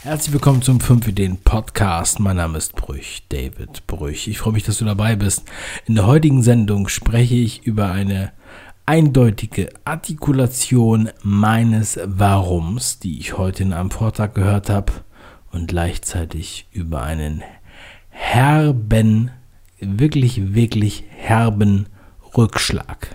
Herzlich willkommen zum 5 Ideen Podcast. Mein Name ist Brüch, David Brüch. Ich freue mich, dass du dabei bist. In der heutigen Sendung spreche ich über eine eindeutige Artikulation meines Warums, die ich heute in einem Vortrag gehört habe, und gleichzeitig über einen herben, wirklich herben Rückschlag.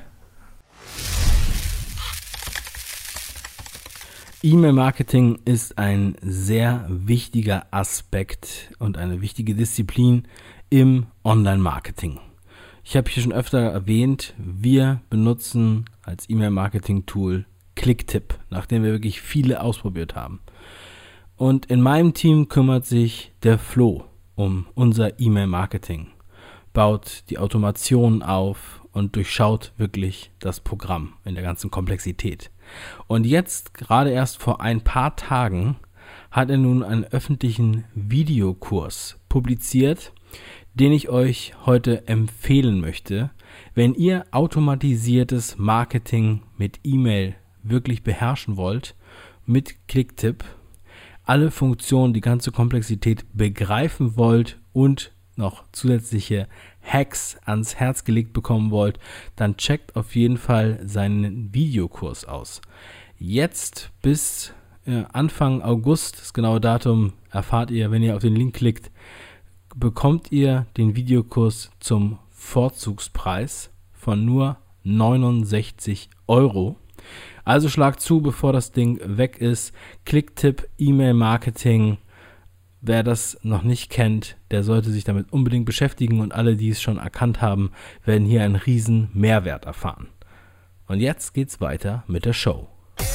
E-Mail-Marketing ist ein sehr wichtiger Aspekt und eine wichtige Disziplin im Online-Marketing. Ich habe hier schon öfter erwähnt, wir benutzen als E-Mail-Marketing-Tool Clicktip, nachdem wir wirklich viele ausprobiert haben. Und in meinem Team kümmert sich der Flo um unser E-Mail-Marketing, baut die Automation auf und durchschaut wirklich das Programm in der ganzen Komplexität. Und jetzt, gerade erst vor ein paar Tagen, hat er nun einen öffentlichen Videokurs publiziert, den ich euch heute empfehlen möchte, wenn ihr automatisiertes Marketing mit E-Mail wirklich beherrschen wollt, mit Clicktip, alle Funktionen, die ganze Komplexität begreifen wollt und noch zusätzliche Hacks ans Herz gelegt bekommen wollt, dann checkt auf jeden Fall seinen Videokurs aus. Jetzt bis Anfang August, das genaue Datum erfahrt ihr, wenn ihr auf den Link klickt, bekommt ihr den Videokurs zum Vorzugspreis von nur 69 €. Also schlagt zu, bevor das Ding weg ist. Clicktip, E-Mail-Marketing. Wer das noch nicht kennt, der sollte sich damit unbedingt beschäftigen, und alle, die es schon erkannt haben, werden hier einen riesen Mehrwert erfahren. Und jetzt geht's weiter mit der Show.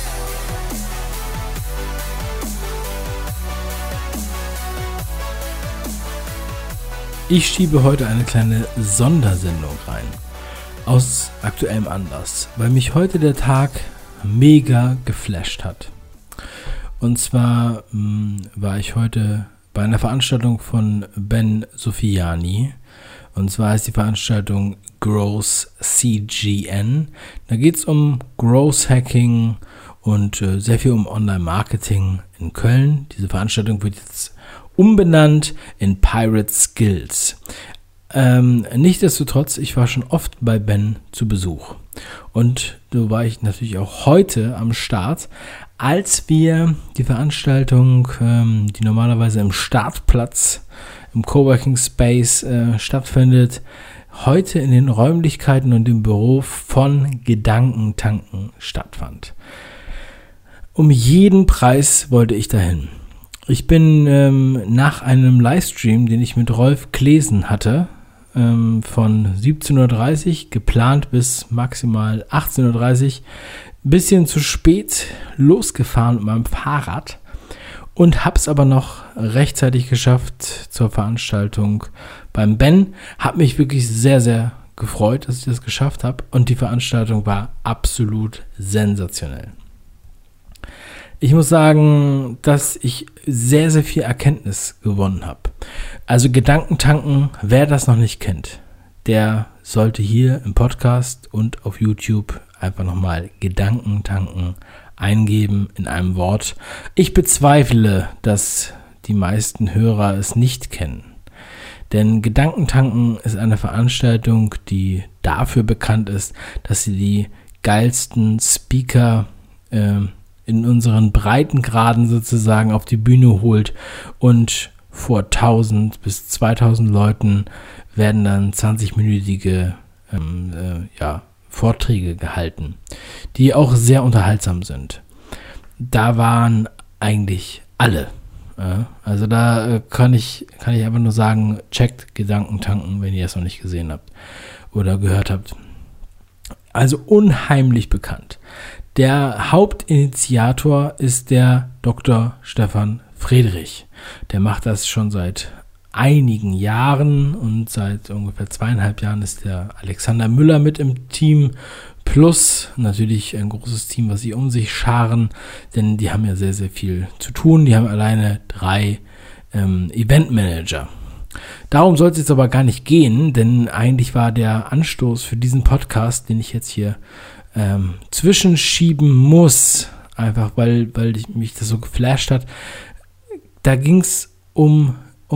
Ich schiebe heute eine kleine Sondersendung rein, aus aktuellem Anlass, weil mich heute der Tag mega geflasht hat. Und zwar war ich heute bei einer Veranstaltung von Ben Sophiani. Und zwar heißt die Veranstaltung Growth CGN. Da geht es um Growth Hacking und sehr viel um Online-Marketing in Köln. Diese Veranstaltung wird jetzt umbenannt in Pirate Skills. Nichtsdestotrotz, ich war schon oft bei Ben zu Besuch. Und so war ich natürlich auch heute am Start, als wir die Veranstaltung, die normalerweise im Startplatz, im Coworking Space stattfindet, heute in den Räumlichkeiten und im Büro von Gedankentanken stattfand. Um jeden Preis wollte ich dahin. Ich bin nach einem Livestream, den ich mit Rolf Klesen hatte, von 17:30 Uhr geplant bis maximal 18:30 Uhr, bisschen zu spät losgefahren mit meinem Fahrrad und hab's aber noch rechtzeitig geschafft zur Veranstaltung beim Ben. Hab mich wirklich sehr gefreut, dass ich das geschafft habe, und die Veranstaltung war absolut sensationell. Ich muss sagen, dass ich sehr viel Erkenntnis gewonnen habe. Also Gedankentanken, wer das noch nicht kennt, der sollte hier im Podcast und auf YouTube einfach nochmal Gedankentanken eingeben in einem Wort. Ich bezweifle, dass die meisten Hörer es nicht kennen. Denn Gedankentanken ist eine Veranstaltung, die dafür bekannt ist, dass sie die geilsten Speaker in unseren Breitengraden sozusagen auf die Bühne holt, und vor 1000 bis 2000 Leuten werden dann 20-minütige Vorträge gehalten, die auch sehr unterhaltsam sind. Da waren eigentlich alle. Also da kann ich einfach nur sagen, checkt Gedankentanken, wenn ihr es noch nicht gesehen habt oder gehört habt. Also unheimlich bekannt. Der Hauptinitiator ist der Dr. Stefan Friedrich. Der macht das schon seit einigen Jahren, und seit ungefähr 2,5 Jahren ist der Alexander Müller mit im Team, plus natürlich ein großes Team, was sie um sich scharen, denn die haben ja sehr viel zu tun. Die haben alleine 3 Eventmanager. Darum soll es jetzt aber gar nicht gehen, denn eigentlich war der Anstoß für diesen Podcast, den ich jetzt hier zwischenschieben muss, einfach weil mich das so geflasht hat, Da ging es um,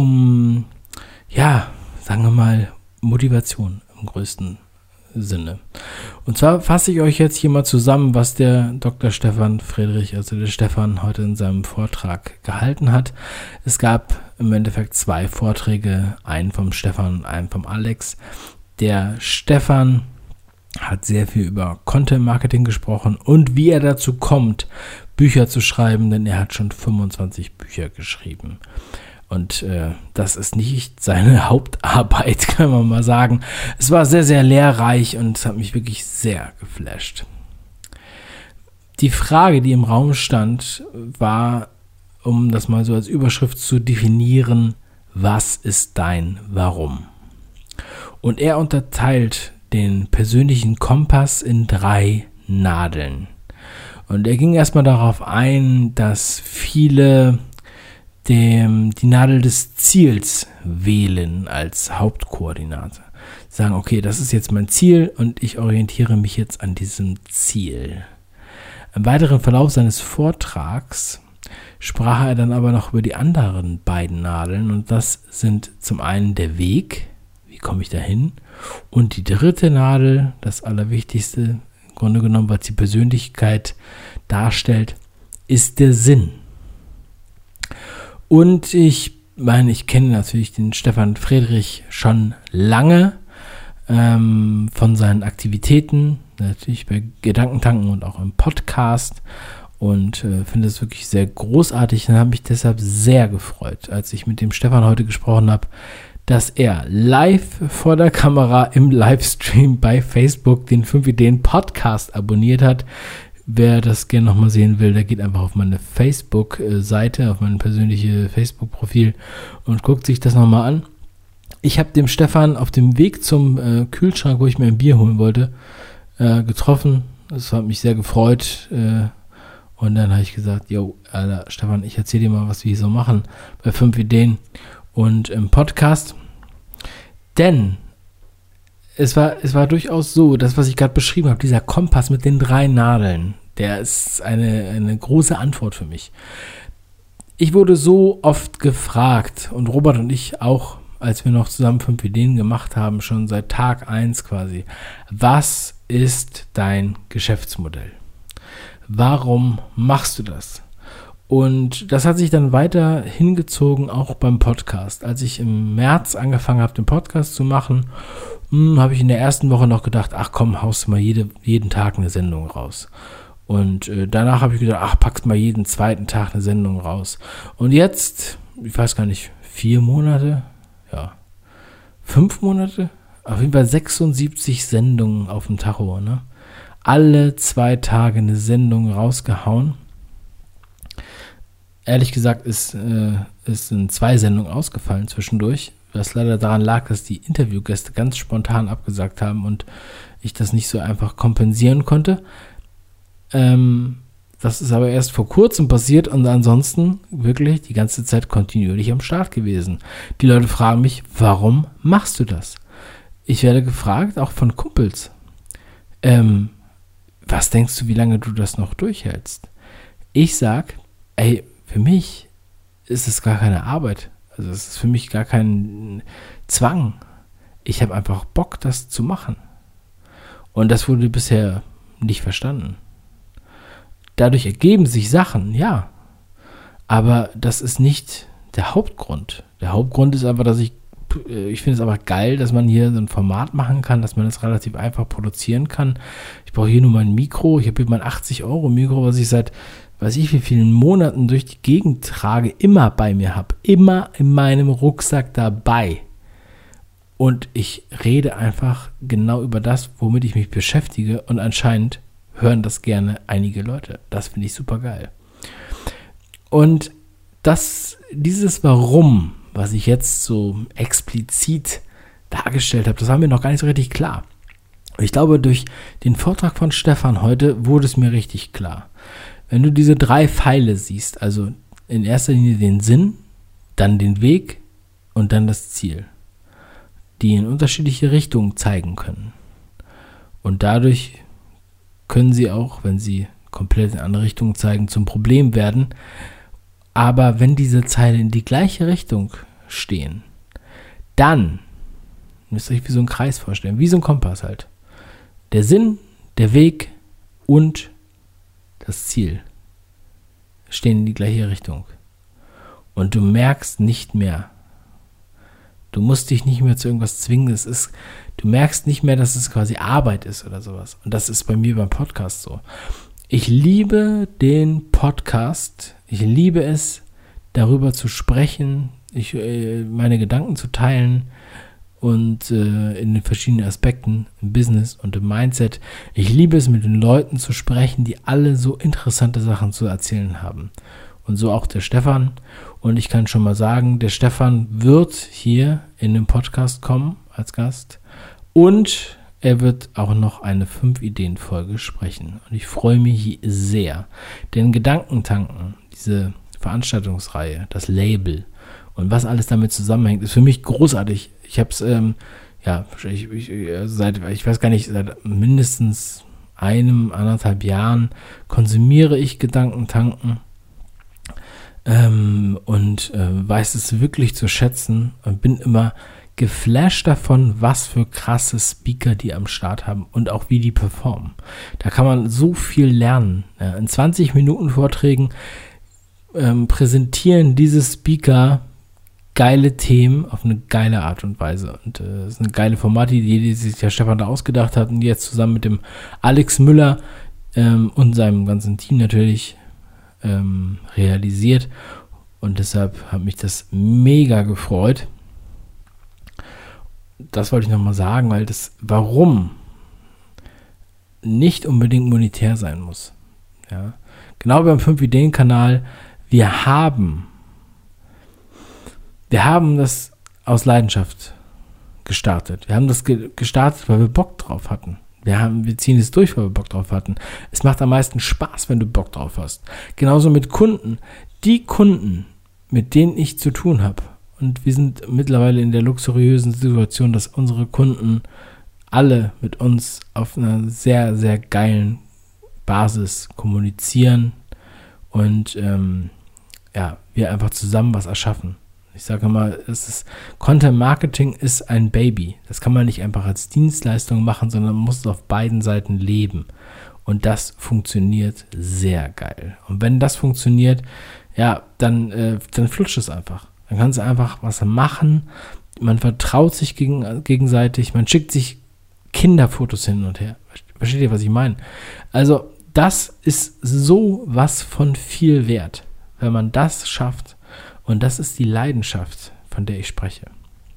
ja, sagen wir mal, Motivation im größten Sinne. Und zwar fasse ich euch jetzt hier mal zusammen, was der Dr. Stefan Friedrich, also der Stefan, heute in seinem Vortrag gehalten hat. Es gab im Endeffekt 2 Vorträge, einen vom Stefan und einen vom Alex. Der Stefan hat sehr viel über Content Marketing gesprochen und wie er dazu kommt, Bücher zu schreiben, denn er hat schon 25 Bücher geschrieben. Und das ist nicht seine Hauptarbeit, kann man mal sagen. Es war sehr, sehr lehrreich und es hat mich wirklich sehr geflasht. Die Frage, die im Raum stand, war, um das mal so als Überschrift zu definieren, was ist dein Warum? Und er unterteilt den persönlichen Kompass in 3 Nadeln. Und er ging erstmal darauf ein, dass viele die Nadel des Ziels wählen als Hauptkoordinate. Sagen, okay, das ist jetzt mein Ziel und ich orientiere mich jetzt an diesem Ziel. Im weiteren Verlauf seines Vortrags sprach er dann aber noch über die anderen beiden Nadeln und das sind zum einen der Weg, wie komme ich dahin, und die dritte Nadel, das Allerwichtigste, im Grunde genommen, was die Persönlichkeit darstellt, ist der Sinn. Und ich kenne natürlich den Stefan Friedrich schon lange von seinen Aktivitäten, natürlich bei Gedankentanken und auch im Podcast und finde es wirklich sehr großartig und habe mich deshalb sehr gefreut, als ich mit dem Stefan heute gesprochen habe, dass er live vor der Kamera im Livestream bei Facebook den 5 Ideen Podcast abonniert hat. Wer das gerne nochmal sehen will, der geht einfach auf meine Facebook-Seite, auf mein persönliches Facebook-Profil und guckt sich das nochmal an. Ich habe dem Stefan auf dem Weg zum Kühlschrank, wo ich mir ein Bier holen wollte, getroffen. Das hat mich sehr gefreut. Und dann habe ich gesagt, yo, Alter, Stefan, ich erzähle dir mal, was wir hier so machen bei 5 Ideen und im Podcast. Denn es war durchaus so, das, was ich gerade beschrieben habe, dieser Kompass mit den 3 Nadeln, der ist eine große Antwort für mich. Ich wurde so oft gefragt, und Robert und ich auch, als wir noch zusammen 5 Ideen gemacht haben, schon seit Tag 1 quasi, was ist dein Geschäftsmodell? Warum machst du das? Und das hat sich dann weiter hingezogen, auch beim Podcast. Als ich im März angefangen habe, den Podcast zu machen, habe ich in der ersten Woche noch gedacht, ach komm, haust du mal jeden Tag eine Sendung raus. Und danach habe ich gedacht, ach, packst mal jeden zweiten Tag eine Sendung raus. Und jetzt, ich weiß gar nicht, 4 Monate, ja, 5 Monate, auf jeden Fall 76 Sendungen auf dem Tacho, ne? Alle 2 Tage eine Sendung rausgehauen. Ehrlich gesagt ist in 2 Sendungen ausgefallen zwischendurch, was leider daran lag, dass die Interviewgäste ganz spontan abgesagt haben und ich das nicht so einfach kompensieren konnte. Das ist aber erst vor kurzem passiert und ansonsten wirklich die ganze Zeit kontinuierlich am Start gewesen. Die Leute fragen mich, warum machst du das? Ich werde gefragt, auch von Kumpels, was denkst du, wie lange du das noch durchhältst? Ich sag, ey, für mich ist es gar keine Arbeit. Also es ist für mich gar kein Zwang. Ich habe einfach Bock, das zu machen. Und das wurde bisher nicht verstanden. Dadurch ergeben sich Sachen, ja. Aber das ist nicht der Hauptgrund. Der Hauptgrund ist einfach, dass ich finde es aber geil, dass man hier so ein Format machen kann, dass man das relativ einfach produzieren kann. Ich brauche hier nur mein Mikro. Ich habe hier mein 80-Euro-Mikro, was ich seit weiß ich wie vielen Monaten durch die Gegend trage, immer bei mir habe. Immer in meinem Rucksack dabei. Und ich rede einfach genau über das, womit ich mich beschäftige. Und anscheinend hören das gerne einige Leute. Das finde ich super geil. Und dieses Warum, was ich jetzt so explizit dargestellt habe, das war mir noch gar nicht so richtig klar. Ich glaube, durch den Vortrag von Stefan heute wurde es mir richtig klar. Wenn du diese 3 Pfeile siehst, also in erster Linie den Sinn, dann den Weg und dann das Ziel, die in unterschiedliche Richtungen zeigen können. Und dadurch können sie auch, wenn sie komplett in andere Richtungen zeigen, zum Problem werden. Aber wenn diese Zeilen in die gleiche Richtung stehen, dann müsst ihr euch wie so einen Kreis vorstellen, wie so ein Kompass halt. Der Sinn, der Weg und das Ziel stehen in die gleiche Richtung. Und du merkst nicht mehr, du musst dich nicht mehr zu irgendwas zwingen. Du merkst nicht mehr, dass es quasi Arbeit ist oder sowas. Und das ist bei mir beim Podcast so. Ich liebe den Podcast. Ich liebe es, darüber zu sprechen, meine Gedanken zu teilen und in den verschiedenen Aspekten im Business und im Mindset. Ich liebe es, mit den Leuten zu sprechen, die alle so interessante Sachen zu erzählen haben. Und so auch der Stefan. Und ich kann schon mal sagen, der Stefan wird hier in den Podcast kommen als Gast. Und er wird auch noch eine 5-Ideen-Folge sprechen. Und ich freue mich sehr. Denn Gedankentanken, diese Veranstaltungsreihe, das Label und was alles damit zusammenhängt, ist für mich großartig. Ich habe es, seit mindestens 1,5 Jahren konsumiere ich Gedankentanken. Und weiß es wirklich zu schätzen und bin immer geflasht davon, was für krasse Speaker die am Start haben und auch wie die performen. Da kann man so viel lernen. Ja, in 20 Minuten Vorträgen präsentieren diese Speaker geile Themen auf eine geile Art und Weise. Und das ist eine geile Formatidee, die sich der Stefan da ausgedacht hat und jetzt zusammen mit dem Alex Müller und seinem ganzen Team natürlich realisiert. Und deshalb hat mich das mega gefreut. Das wollte ich nochmal sagen, weil warum nicht unbedingt monetär sein muss. Ja? Genau beim 5-Ideen-Kanal, wir haben das aus Leidenschaft gestartet. Wir haben das gestartet, weil wir Bock drauf hatten. Wir ziehen es durch, weil wir Bock drauf hatten. Es macht am meisten Spaß, wenn du Bock drauf hast. Genauso mit Kunden. Die Kunden, mit denen ich zu tun habe, und wir sind mittlerweile in der luxuriösen Situation, dass unsere Kunden alle mit uns auf einer sehr, sehr geilen Basis kommunizieren und wir einfach zusammen was erschaffen. Ich sage mal, Content Marketing ist ein Baby. Das kann man nicht einfach als Dienstleistung machen, sondern man muss es auf beiden Seiten leben. Und das funktioniert sehr geil. Und wenn das funktioniert, ja, dann flutscht es einfach. Dann kannst du einfach was machen. Man vertraut sich gegenseitig. Man schickt sich Kinderfotos hin und her. Versteht ihr, was ich meine? Also, das ist so was von viel wert, wenn man das schafft. Und das ist die Leidenschaft, von der ich spreche.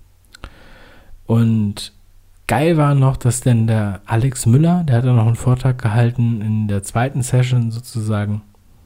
Und geil war noch, dass denn der Alex Müller, der hat dann noch einen Vortrag gehalten in der zweiten Session sozusagen.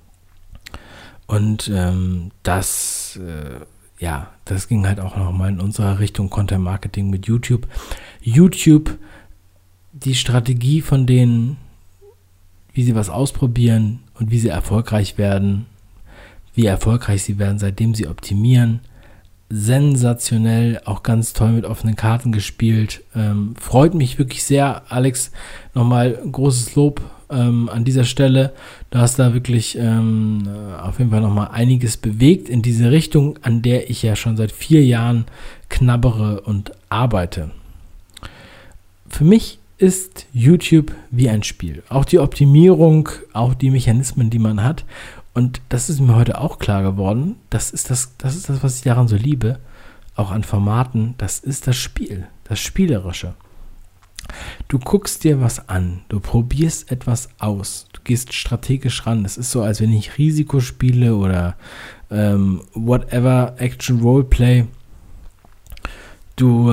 Und das ging halt auch nochmal in unserer Richtung Content Marketing mit YouTube. YouTube, die Strategie von denen, wie sie was ausprobieren und wie sie erfolgreich werden, wie erfolgreich sie werden, seitdem sie optimieren. Sensationell, auch ganz toll mit offenen Karten gespielt. Freut mich wirklich sehr, Alex. Nochmal großes Lob an dieser Stelle. Du hast da wirklich auf jeden Fall nochmal einiges bewegt in diese Richtung, an der ich ja schon seit 4 Jahren knabbere und arbeite. Für mich ist YouTube wie ein Spiel. Auch die Optimierung, auch die Mechanismen, die man hat. Und das ist mir heute auch klar geworden. Das ist das, was ich daran so liebe. Auch an Formaten. Das ist das Spiel. Das Spielerische. Du guckst dir was an. Du probierst etwas aus. Du gehst strategisch ran. Es ist so, als wenn ich Risiko spiele oder whatever, Action Roleplay. Du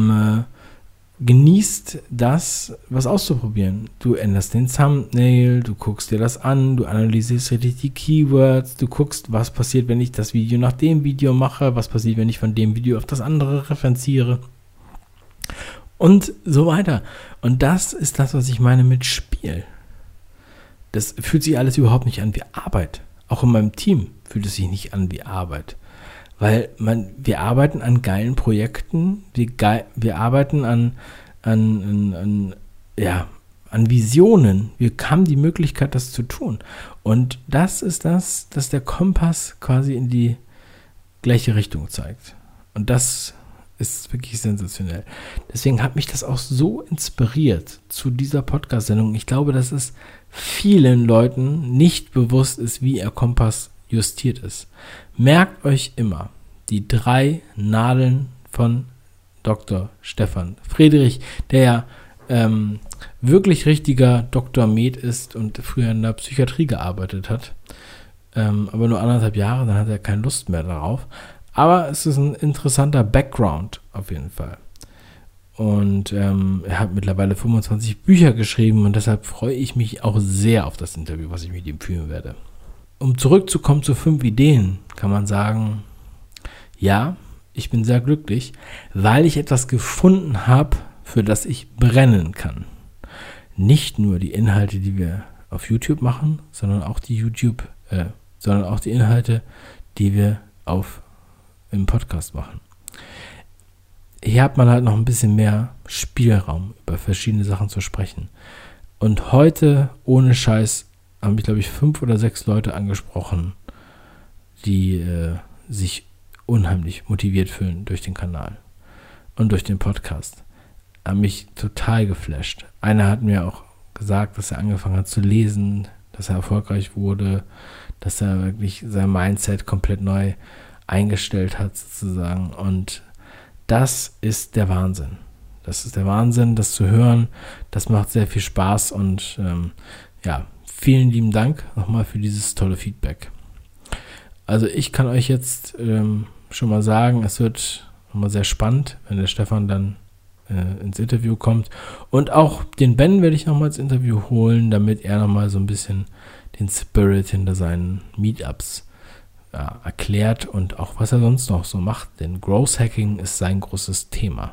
genießt das, was auszuprobieren. Du änderst den Thumbnail, du guckst dir das an, du analysierst richtig die Keywords, du guckst, was passiert, wenn ich das Video nach dem Video mache, was passiert, wenn ich von dem Video auf das andere referenziere und so weiter. Und das ist das, was ich meine mit Spiel. Das fühlt sich alles überhaupt nicht an wie Arbeit. Auch in meinem Team fühlt es sich nicht an wie Arbeit. Weil wir arbeiten an geilen Projekten, wir arbeiten an an Visionen. Wir haben die Möglichkeit, das zu tun. Und das ist das, dass der Kompass quasi in die gleiche Richtung zeigt. Und das ist wirklich sensationell. Deswegen hat mich das auch so inspiriert zu dieser Podcast-Sendung. Ich glaube, dass es vielen Leuten nicht bewusst ist, wie ihr Kompass justiert ist. Merkt euch immer die 3 Nadeln von Dr. Stefan Friedrich, der ja wirklich richtiger Dr. Med ist und früher in der Psychiatrie gearbeitet hat. Aber nur 1,5 Jahre, dann hat er keine Lust mehr darauf. Aber es ist ein interessanter Background auf jeden Fall. Und er hat mittlerweile 25 Bücher geschrieben und deshalb freue ich mich auch sehr auf das Interview, was ich mit ihm führen werde. Um zurückzukommen zu 5 Ideen, kann man sagen, ja, ich bin sehr glücklich, weil ich etwas gefunden habe, für das ich brennen kann. Nicht nur die Inhalte, die wir auf YouTube machen, sondern auch die Inhalte, die wir im Podcast machen. Hier hat man halt noch ein bisschen mehr Spielraum, über verschiedene Sachen zu sprechen. Und heute, ohne Scheiß, haben mich, glaube ich, 5 oder 6 Leute angesprochen, die sich unheimlich motiviert fühlen durch den Kanal und durch den Podcast. Haben mich total geflasht. Einer hat mir auch gesagt, dass er angefangen hat zu lesen, dass er erfolgreich wurde, dass er wirklich sein Mindset komplett neu eingestellt hat sozusagen. Und das ist der Wahnsinn. Das ist der Wahnsinn, das zu hören. Das macht sehr viel Spaß und vielen lieben Dank nochmal für dieses tolle Feedback. Also ich kann euch jetzt schon mal sagen, es wird nochmal sehr spannend, wenn der Stefan dann ins Interview kommt. Und auch den Ben werde ich nochmal ins Interview holen, damit er nochmal so ein bisschen den Spirit hinter seinen Meetups erklärt und auch was er sonst noch so macht. Denn Growth Hacking ist sein großes Thema.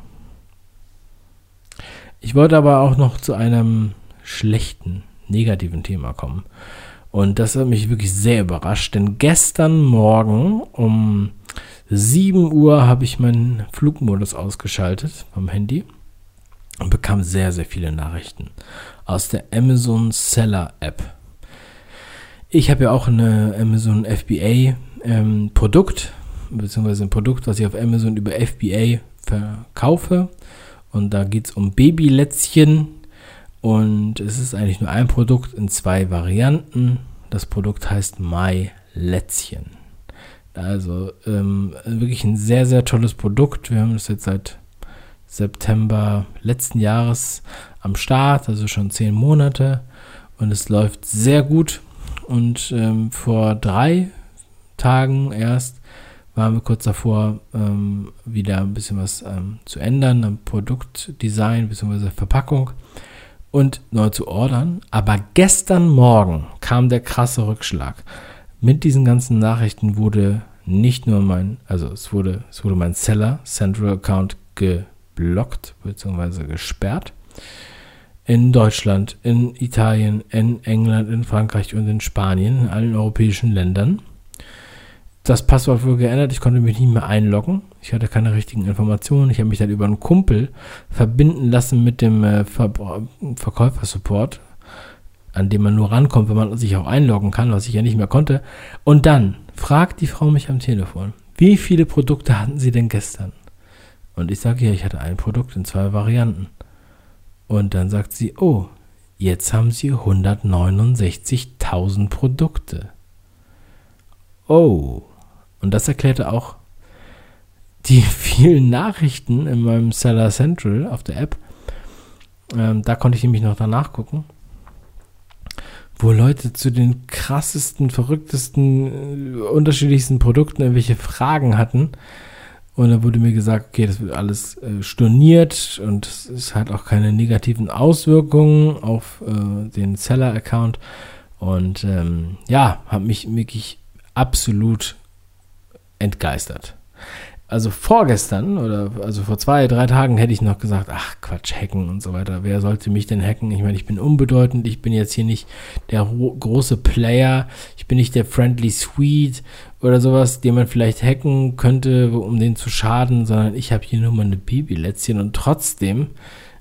Ich wollte aber auch noch zu einem schlechten, negativen Thema kommen. Und das hat mich wirklich sehr überrascht, denn gestern Morgen um 7 Uhr habe ich meinen Flugmodus ausgeschaltet vom Handy und bekam sehr, sehr viele Nachrichten aus der Amazon Seller App. Ich habe ja auch eine Amazon FBA Produkt, beziehungsweise ein Produkt, was ich auf Amazon über FBA verkaufe. Und da geht es um Babylätzchen. Und es ist eigentlich nur ein Produkt in 2 Varianten. Das Produkt heißt My Lätzchen. Also wirklich ein sehr, sehr tolles Produkt. Wir haben das jetzt seit September letzten Jahres am Start, also schon 10 Monate. Und es läuft sehr gut. Und vor 3 Tagen erst waren wir kurz davor, wieder ein bisschen was zu ändern am Produktdesign bzw. Verpackung und neu zu ordern. Aber gestern Morgen kam der krasse Rückschlag. Mit diesen ganzen Nachrichten wurde nicht nur mein Seller Central Account geblockt bzw. gesperrt. In Deutschland, in Italien, in England, in Frankreich und in Spanien, in allen europäischen Ländern. Das Passwort wurde geändert, ich konnte mich nicht mehr einloggen. Ich hatte keine richtigen Informationen. Ich habe mich dann über einen Kumpel verbinden lassen mit dem Verkäufersupport, an dem man nur rankommt, wenn man sich auch einloggen kann, was ich ja nicht mehr konnte. Und dann fragt die Frau mich am Telefon, wie viele Produkte hatten Sie denn gestern? Und ich sage, ja, ich hatte ein Produkt in 2 Varianten. Und dann sagt sie, oh, jetzt haben Sie 169.000 Produkte. Oh, und das erklärte auch die vielen Nachrichten in meinem Seller Central auf der App. Da konnte ich nämlich noch danach gucken, wo Leute zu den krassesten, verrücktesten, unterschiedlichsten Produkten irgendwelche Fragen hatten. Und dann wurde mir gesagt, okay, das wird alles storniert und es hat auch keine negativen Auswirkungen auf den Seller-Account. Und hat mich wirklich absolut entgeistert. Also vorgestern also vor 2, 3 Tagen hätte ich noch gesagt, ach Quatsch, hacken und so weiter. Wer sollte mich denn hacken? Ich meine, ich bin unbedeutend, ich bin jetzt hier nicht der große Player, ich bin nicht der Friendly Sweet oder sowas, den man vielleicht hacken könnte, um den zu schaden, sondern ich habe hier nur meine Babylätzchen und trotzdem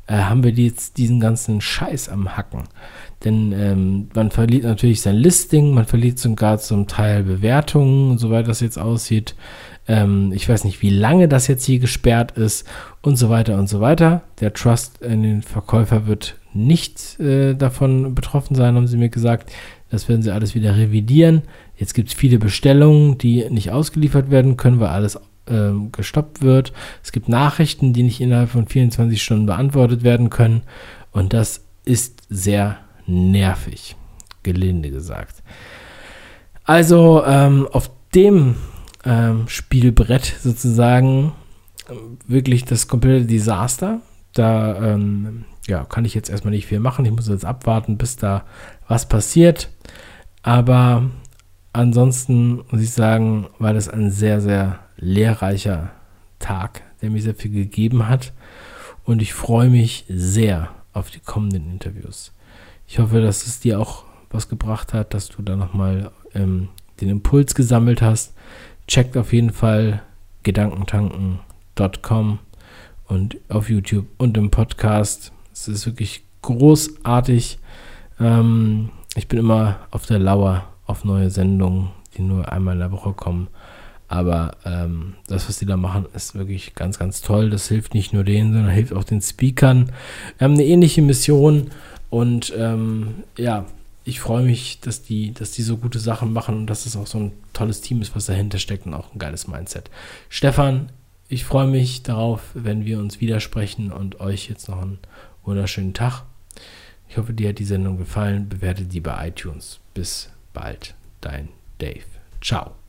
haben wir jetzt diesen ganzen Scheiß am Hacken. Denn man verliert natürlich sein Listing, man verliert sogar zum Teil Bewertungen, soweit das jetzt aussieht. Ich weiß nicht, wie lange das jetzt hier gesperrt ist und so weiter und so weiter. Der Trust in den Verkäufer wird nicht davon betroffen sein, haben sie mir gesagt. Das werden sie alles wieder revidieren. Jetzt gibt es viele Bestellungen, die nicht ausgeliefert werden können, weil alles gestoppt wird. Es gibt Nachrichten, die nicht innerhalb von 24 Stunden beantwortet werden können. Und das ist sehr nervig, gelinde gesagt. Also auf dem Spielbrett sozusagen wirklich das komplette Desaster. Da kann ich jetzt erstmal nicht viel machen. Ich muss jetzt abwarten, bis da was passiert. Aber ansonsten muss ich sagen, war das ein sehr, sehr lehrreicher Tag, der mir sehr viel gegeben hat. Und ich freue mich sehr auf die kommenden Interviews. Ich hoffe, dass es dir auch was gebracht hat, dass du da nochmal den Impuls gesammelt hast. Checkt auf jeden Fall gedankentanken.com und auf YouTube und im Podcast. Es ist wirklich großartig. Ich bin immer auf der Lauer auf neue Sendungen, die nur einmal in der Woche kommen. Aber das, was die da machen, ist wirklich ganz, ganz toll. Das hilft nicht nur denen, sondern hilft auch den Speakern. Wir haben eine ähnliche Mission und ich freue mich, dass die so gute Sachen machen und dass es auch so ein tolles Team ist, was dahinter steckt und auch ein geiles Mindset. Stefan, ich freue mich darauf, wenn wir uns widersprechen und euch jetzt noch einen wunderschönen Tag. Ich hoffe, dir hat die Sendung gefallen. Bewerte die bei iTunes. Bis bald, dein Dave. Ciao.